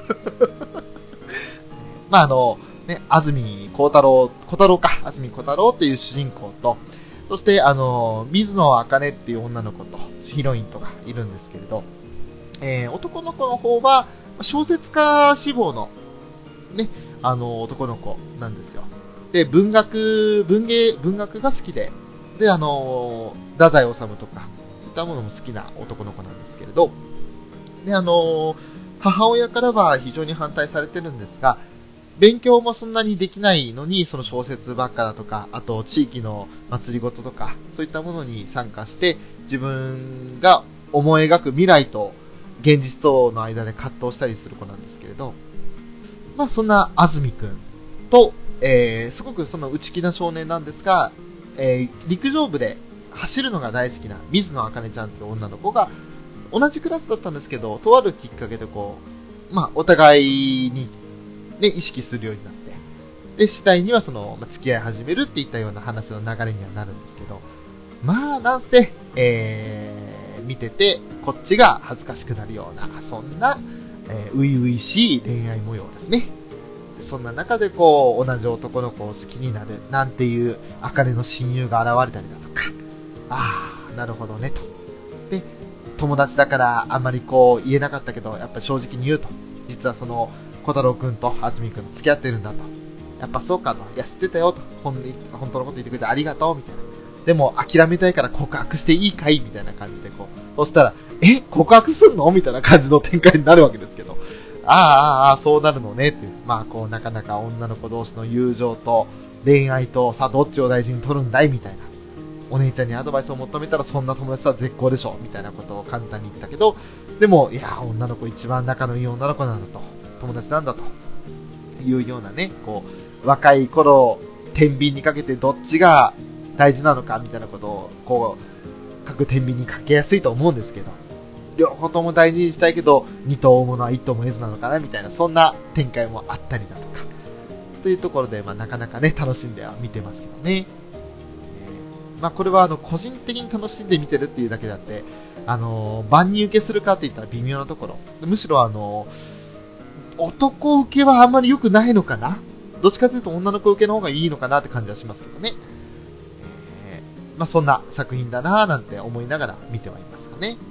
まあね、安住小太郎っていう主人公と、そして水野茜っていう女の子と、ヒロインとかいるんですけれど、男の子の方は、小説家志望の、ね、男の子なんですよ。で、文学が好きで、で、太宰治とか、そういったものも好きな男の子なんですけれど、で、母親からは非常に反対されてるんですが、勉強もそんなにできないのに、その小説ばっかだとか、あと地域の祭りごととか、そういったものに参加して、自分が思い描く未来と現実との間で葛藤したりする子なんですけれど、まあそんな安住くんと、すごくその内気な少年なんですが、 陸上部で走るのが大好きな水野あかねちゃんという女の子が同じクラスだったんですけど、とあるきっかけでお互いに、ね、意識するようになって、で、次第には付き合い始めるっていったような話の流れにはなるんですけど、なんせ、見てて、こっちが恥ずかしくなるような、そんな、初々しい恋愛模様ですね。そんな中で同じ男の子を好きになるなんていうあかねの親友が現れたりだとか、なるほどねと。で、友達だからあんまり言えなかったけど、やっぱり正直に言うと、実は小太郎くんとあずみくん付き合ってるんだと。やっぱそうかと。いや知ってたよと。本当のこと言ってくれてありがとうみたいな。でも諦めたいから告白していいかいみたいな感じでそしたら、告白すんのみたいな感じの展開になるわけですけど。そうなるのねっていう。なかなか女の子同士の友情と恋愛と、さあどっちを大事に取るんだいみたいな。お姉ちゃんにアドバイスを求めたらそんな友達は絶好でしょみたいなことを簡単に言ったけど、でも、いや、女の子一番仲のいい女の子なんだと。友達なんだと。いうようなね、若い頃、天秤にかけてどっちが大事なのかみたいなことを、各天秤にかけやすいと思うんですけど、両方とも大事にしたいけど、二頭追うものは一頭も得ずなのかなみたいな、そんな展開もあったりだとか、というところで、なかなかね、楽しんでは見てますけどね。これは個人的に楽しんで見てるっていうだけだって、万人受けするかって言ったら微妙なところ。むしろ男受けはあんまり良くないのかな。どっちかというと女の子受けの方がいいのかなって感じはしますけどね。そんな作品だなぁなんて思いながら見てはいますかね。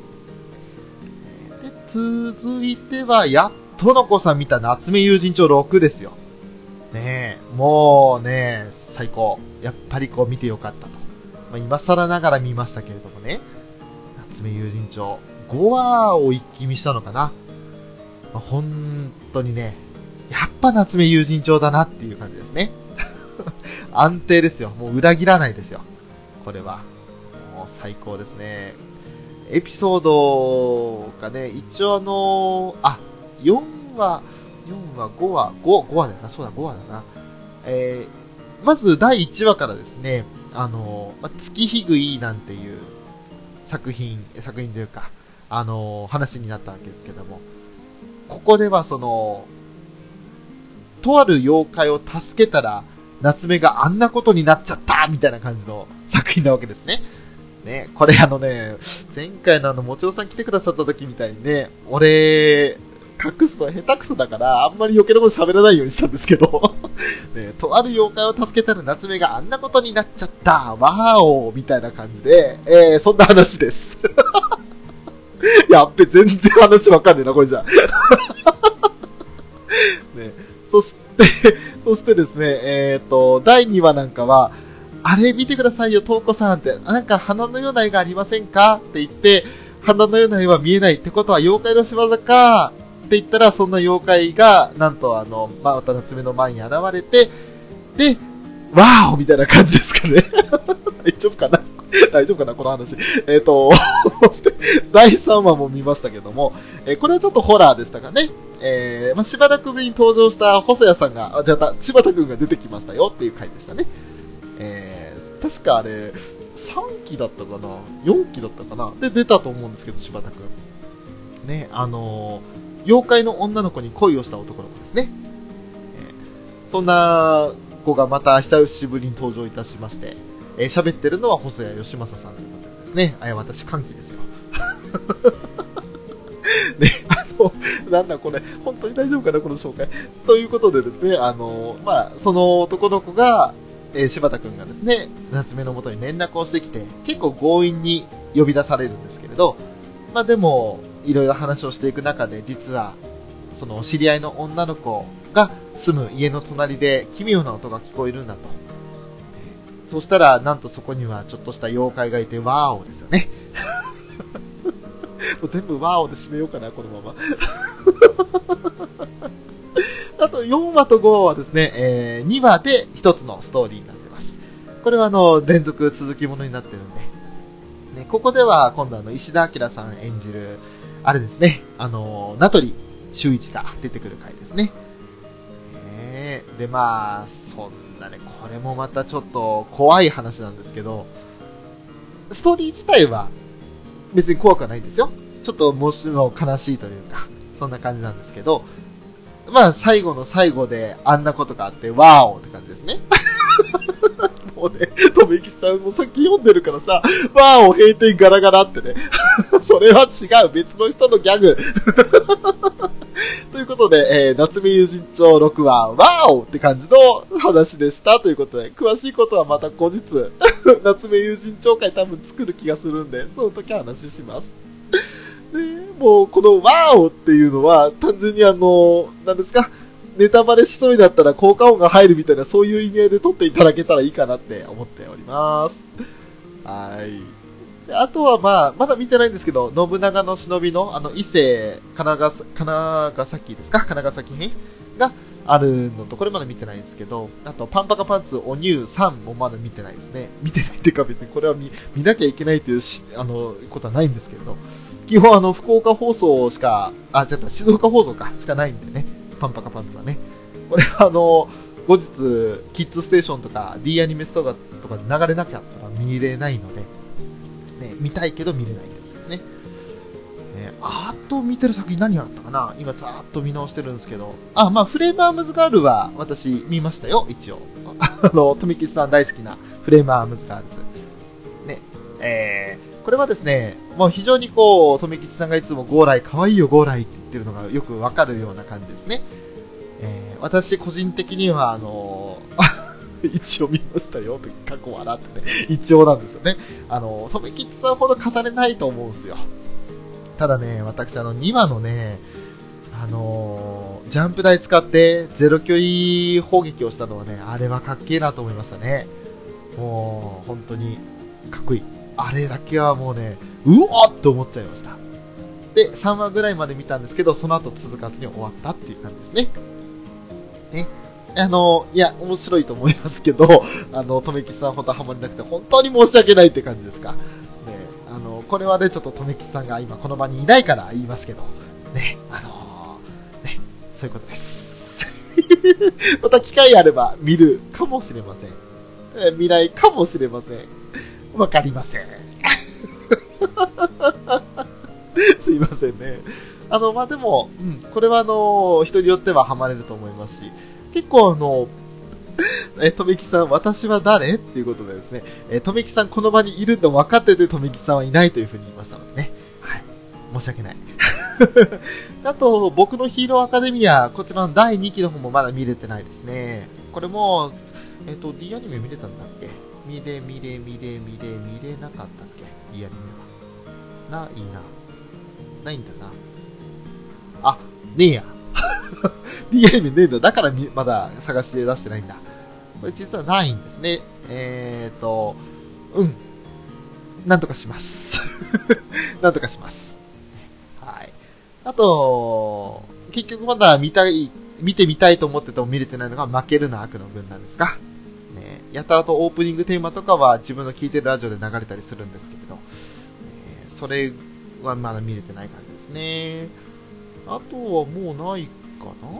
で、続いては、やっとの子さん見た夏目友人帳6ですよ。ねえ、もうね、最高。やっぱり見てよかったと。今更ながら見ましたけれどもね、夏目友人帳5話を一気見したのかな。本当にね、やっぱ夏目友人帳だなっていう感じですね。安定ですよ。もう裏切らないですよ。これは。もう最高ですね。エピソードがね、一応4話、5話だよな。そうだ、5話だな。まず第1話からですね、月日ぐいなんていう作品というか、話になったわけですけども、ここではとある妖怪を助けたら、夏目があんなことになっちゃったみたいな感じの作品なわけですね。ね、これ前回のもちろさん来てくださった時みたいにね、俺、隠すの下手くそだから、あんまり余計なこと喋らないようにしたんですけど、ね、とある妖怪を助けたら夏目があんなことになっちゃった、わーおみたいな感じで、そんな話です。やっべ、全然話わかんねえな、これじゃ。ね、そしてですね、第2話なんかは、あれ見てくださいよ、トウコさんって、なんか花のような絵がありませんかって言って、花のような絵は見えないってことは妖怪の仕業かって言ったら、そんな妖怪が、なんとまた夏目の前に現れて、で、わーおみたいな感じですかね。大丈夫かなこの話。そして、第3話も見ましたけども、これはちょっとホラーでしたかね。しばらくぶりに登場した細谷さんが、柴田くんが出てきましたよっていう回でしたね。確かあれ、3期だったかな ?4 期だったかなで、出たと思うんですけど、柴田くん。ね、妖怪の女の子に恋をした男の子ですね。そんな子がまた久しぶりに登場いたしまして、喋ってるのは細谷義正さんということでですね。私、歓喜ですよ。ね、なんだこれ、本当に大丈夫かな、この紹介。ということでですね、その男の子が、柴田くんがですね、夏目の元に連絡をしてきて、結構強引に呼び出されるんですけれど、でも、いろいろ話をしていく中で、実は、その知り合いの女の子が住む家の隣で奇妙な音が聞こえるんだと。そしたら、なんとそこにはちょっとした妖怪がいて、ワーオですよね。もう全部ワーオで締めようかな、このまま。あと4話と5話はですね、2話で1つのストーリーになってます。これは連続続きものになってるんで。ね、ここでは今度石田明さん演じる、あれですね、名取修一が出てくる回ですね。で、 そんなね、これもまたちょっと怖い話なんですけど、ストーリー自体は別に怖くはないんですよ。ちょっともしも悲しいというか、そんな感じなんですけど、まあ最後の最後であんなことがあって、ワーオって感じですね。もうね、とめきさんもさっき読んでるからさ、ワーオ閉店ガラガラってね。それは違う、別の人のギャグ。ということで、夏目友人帳6話、ワーオって感じの話でしたということで、詳しいことはまた後日、夏目友人帳会多分作る気がするんで、その時話します。もうこのワーオっていうのは単純に何ですか、ネタバレしそうになったら効果音が入るみたいな、そういう意味合いで撮っていただけたらいいかなって思っております。はい。であとはまだ見てないんですけど、信長の忍びの伊勢金ヶ崎ですか、金ヶ崎編があるのと、これまだ見てないんですけど、あとパンパカパンツおニュー3もまだ見てないですね。見てないっていうか別にこれは見なきゃいけないということはないんですけれど、基本福岡放送しか、静岡放送かしかないんでね、パンパカパンツはね。これは後日、キッズステーションとか D アニメストアとかで流れなきゃったら見れないので、ね、見たいけど見れないってことですね。あと見てる作品何があったかな、今ざーっと見直してるんですけど、フレームアームズガールは私見ましたよ、一応。富吉さん大好きなフレームアームズガールズ。ね、これはですね、もう非常に富吉さんがいつもゴーライ、可愛いよゴーライって言ってるのがよくわかるような感じですね。私個人的には一応見ましたよって過去笑ってね、一応なんですよね。富吉さんほど語れないと思うんですよ。ただね、私2話のね、ジャンプ台使ってゼロ距離砲撃をしたのはね、あれはかっけえなと思いましたね。もう本当にかっこいい。あれだけはもうね、うおっと思っちゃいました。で、3話ぐらいまで見たんですけど、その後続かずに終わったっていう感じですね。いや、面白いと思いますけど、とめきさんほどハマりなくて本当に申し訳ないって感じですか。ね、これはね、ちょっととめきさんが今この場にいないから言いますけど、ね、ね、そういうことです。また機会あれば見るかもしれません。見ないかもしれません。わかりません。すいませんね。でも、これは人によってはハマれると思いますし、結構とめきさん、私は誰っていうことでですね、とめきさんこの場にいると分かっててとめきさんはいないというふうに言いましたのでね。はい。申し訳ない。あと、僕のヒーローアカデミア、こちらの第2期の方もまだ見れてないですね。これも、D アニメ見れたんだっけ？見れなかったっけ？ D アニメは。ないんだな。あ、ねえや。D アニメねえんだ。だからまだ探して出してないんだ。これ実はないんですね。なんとかします。なんとかします。はい。あと、結局まだ見てみたいと思ってても見れてないのが負けるな悪の軍団ですか。ね、やたらとオープニングテーマとかは自分の聴いてるラジオで流れたりするんですけれど、それはまだ見れてない感じですね。あとはもうないかな。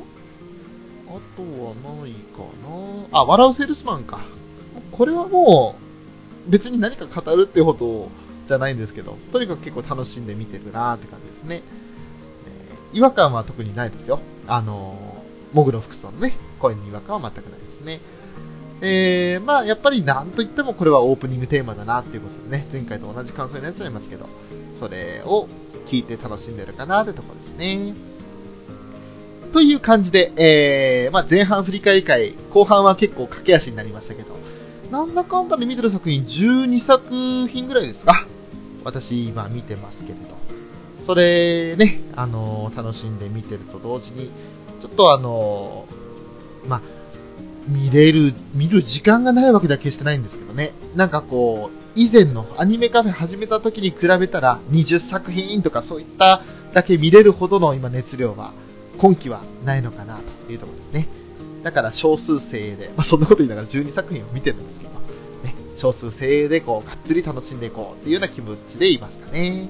笑うセールスマンか。これはもう、別に何か語るってほどじゃないんですけど、とにかく結構楽しんで見てるなーって感じですね。違和感は特にないですよ。モグロ服装のね、声に違和感は全くないですね。やっぱりなんといってもこれはオープニングテーマだなっていうことでね、前回と同じ感想になっちゃいますけど、それを聞いて楽しんでるかなってところですね。という感じで、前半振り返り会、後半は結構駆け足になりましたけど、なんだかんだで見てる作品12作品ぐらいですか。私今見てますけれど、それね、楽しんで見てると同時に、ちょっと見る時間がないわけでは決してないんですけどね。なんかこう、以前のアニメカフェ始めた時に比べたら20作品とかそういっただけ見れるほどの今熱量は今期はないのかなというところですね。だから少数精鋭で、そんなこと言いながら12作品を見てるんですけど、ね、少数精鋭でこうがっつり楽しんでいこうっていうような気持ちでいますかね。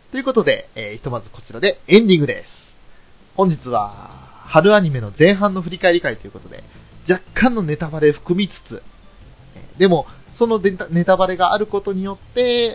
ということで、ひとまずこちらでエンディングです。本日は、春アニメの前半の振り返り会ということで、若干のネタバレ含みつつ、でも、そのネタバレがあることによって、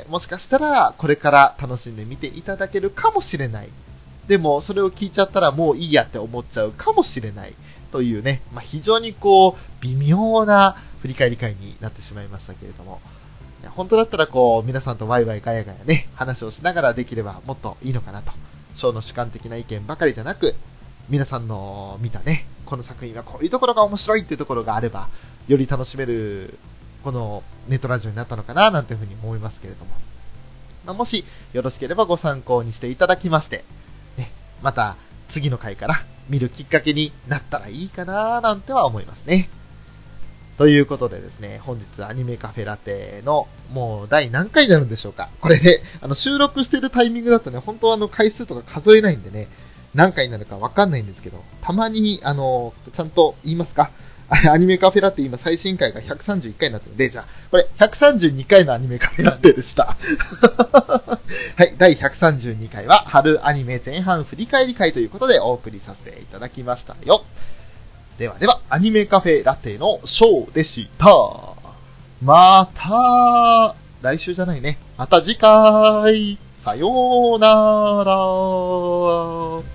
もしかしたらこれから楽しんで見ていただけるかもしれない。でも、それを聞いちゃったらもういいやって思っちゃうかもしれない。というね、非常に微妙な振り返り会になってしまいましたけれども、本当だったら皆さんとワイワイガヤガヤね、話をしながらできればもっといいのかなと。ショーの主観的な意見ばかりじゃなく、皆さんの見たね、この作品はこういうところが面白いっていうところがあれば、より楽しめる、このネットラジオになったのかななんていうふうに思いますけれども。もしよろしければご参考にしていただきまして、ね、また次の回から見るきっかけになったらいいかななんては思いますね。ということでですね、本日アニメカフェラテのもう第何回になるんでしょうか。これね、収録してるタイミングだとね、本当は回数とか数えないんでね、何回になるかわかんないんですけど、たまに、ちゃんと言いますか。アニメカフェラテ今最新回が131回になってるんで、じゃあ、これ132回のアニメカフェラテでした。はい、第132回は春アニメ前半振り返り会ということでお送りさせていただきましたよ。ではでは、アニメカフェラテのショーでした。また、来週じゃないね。また次回。さようなら。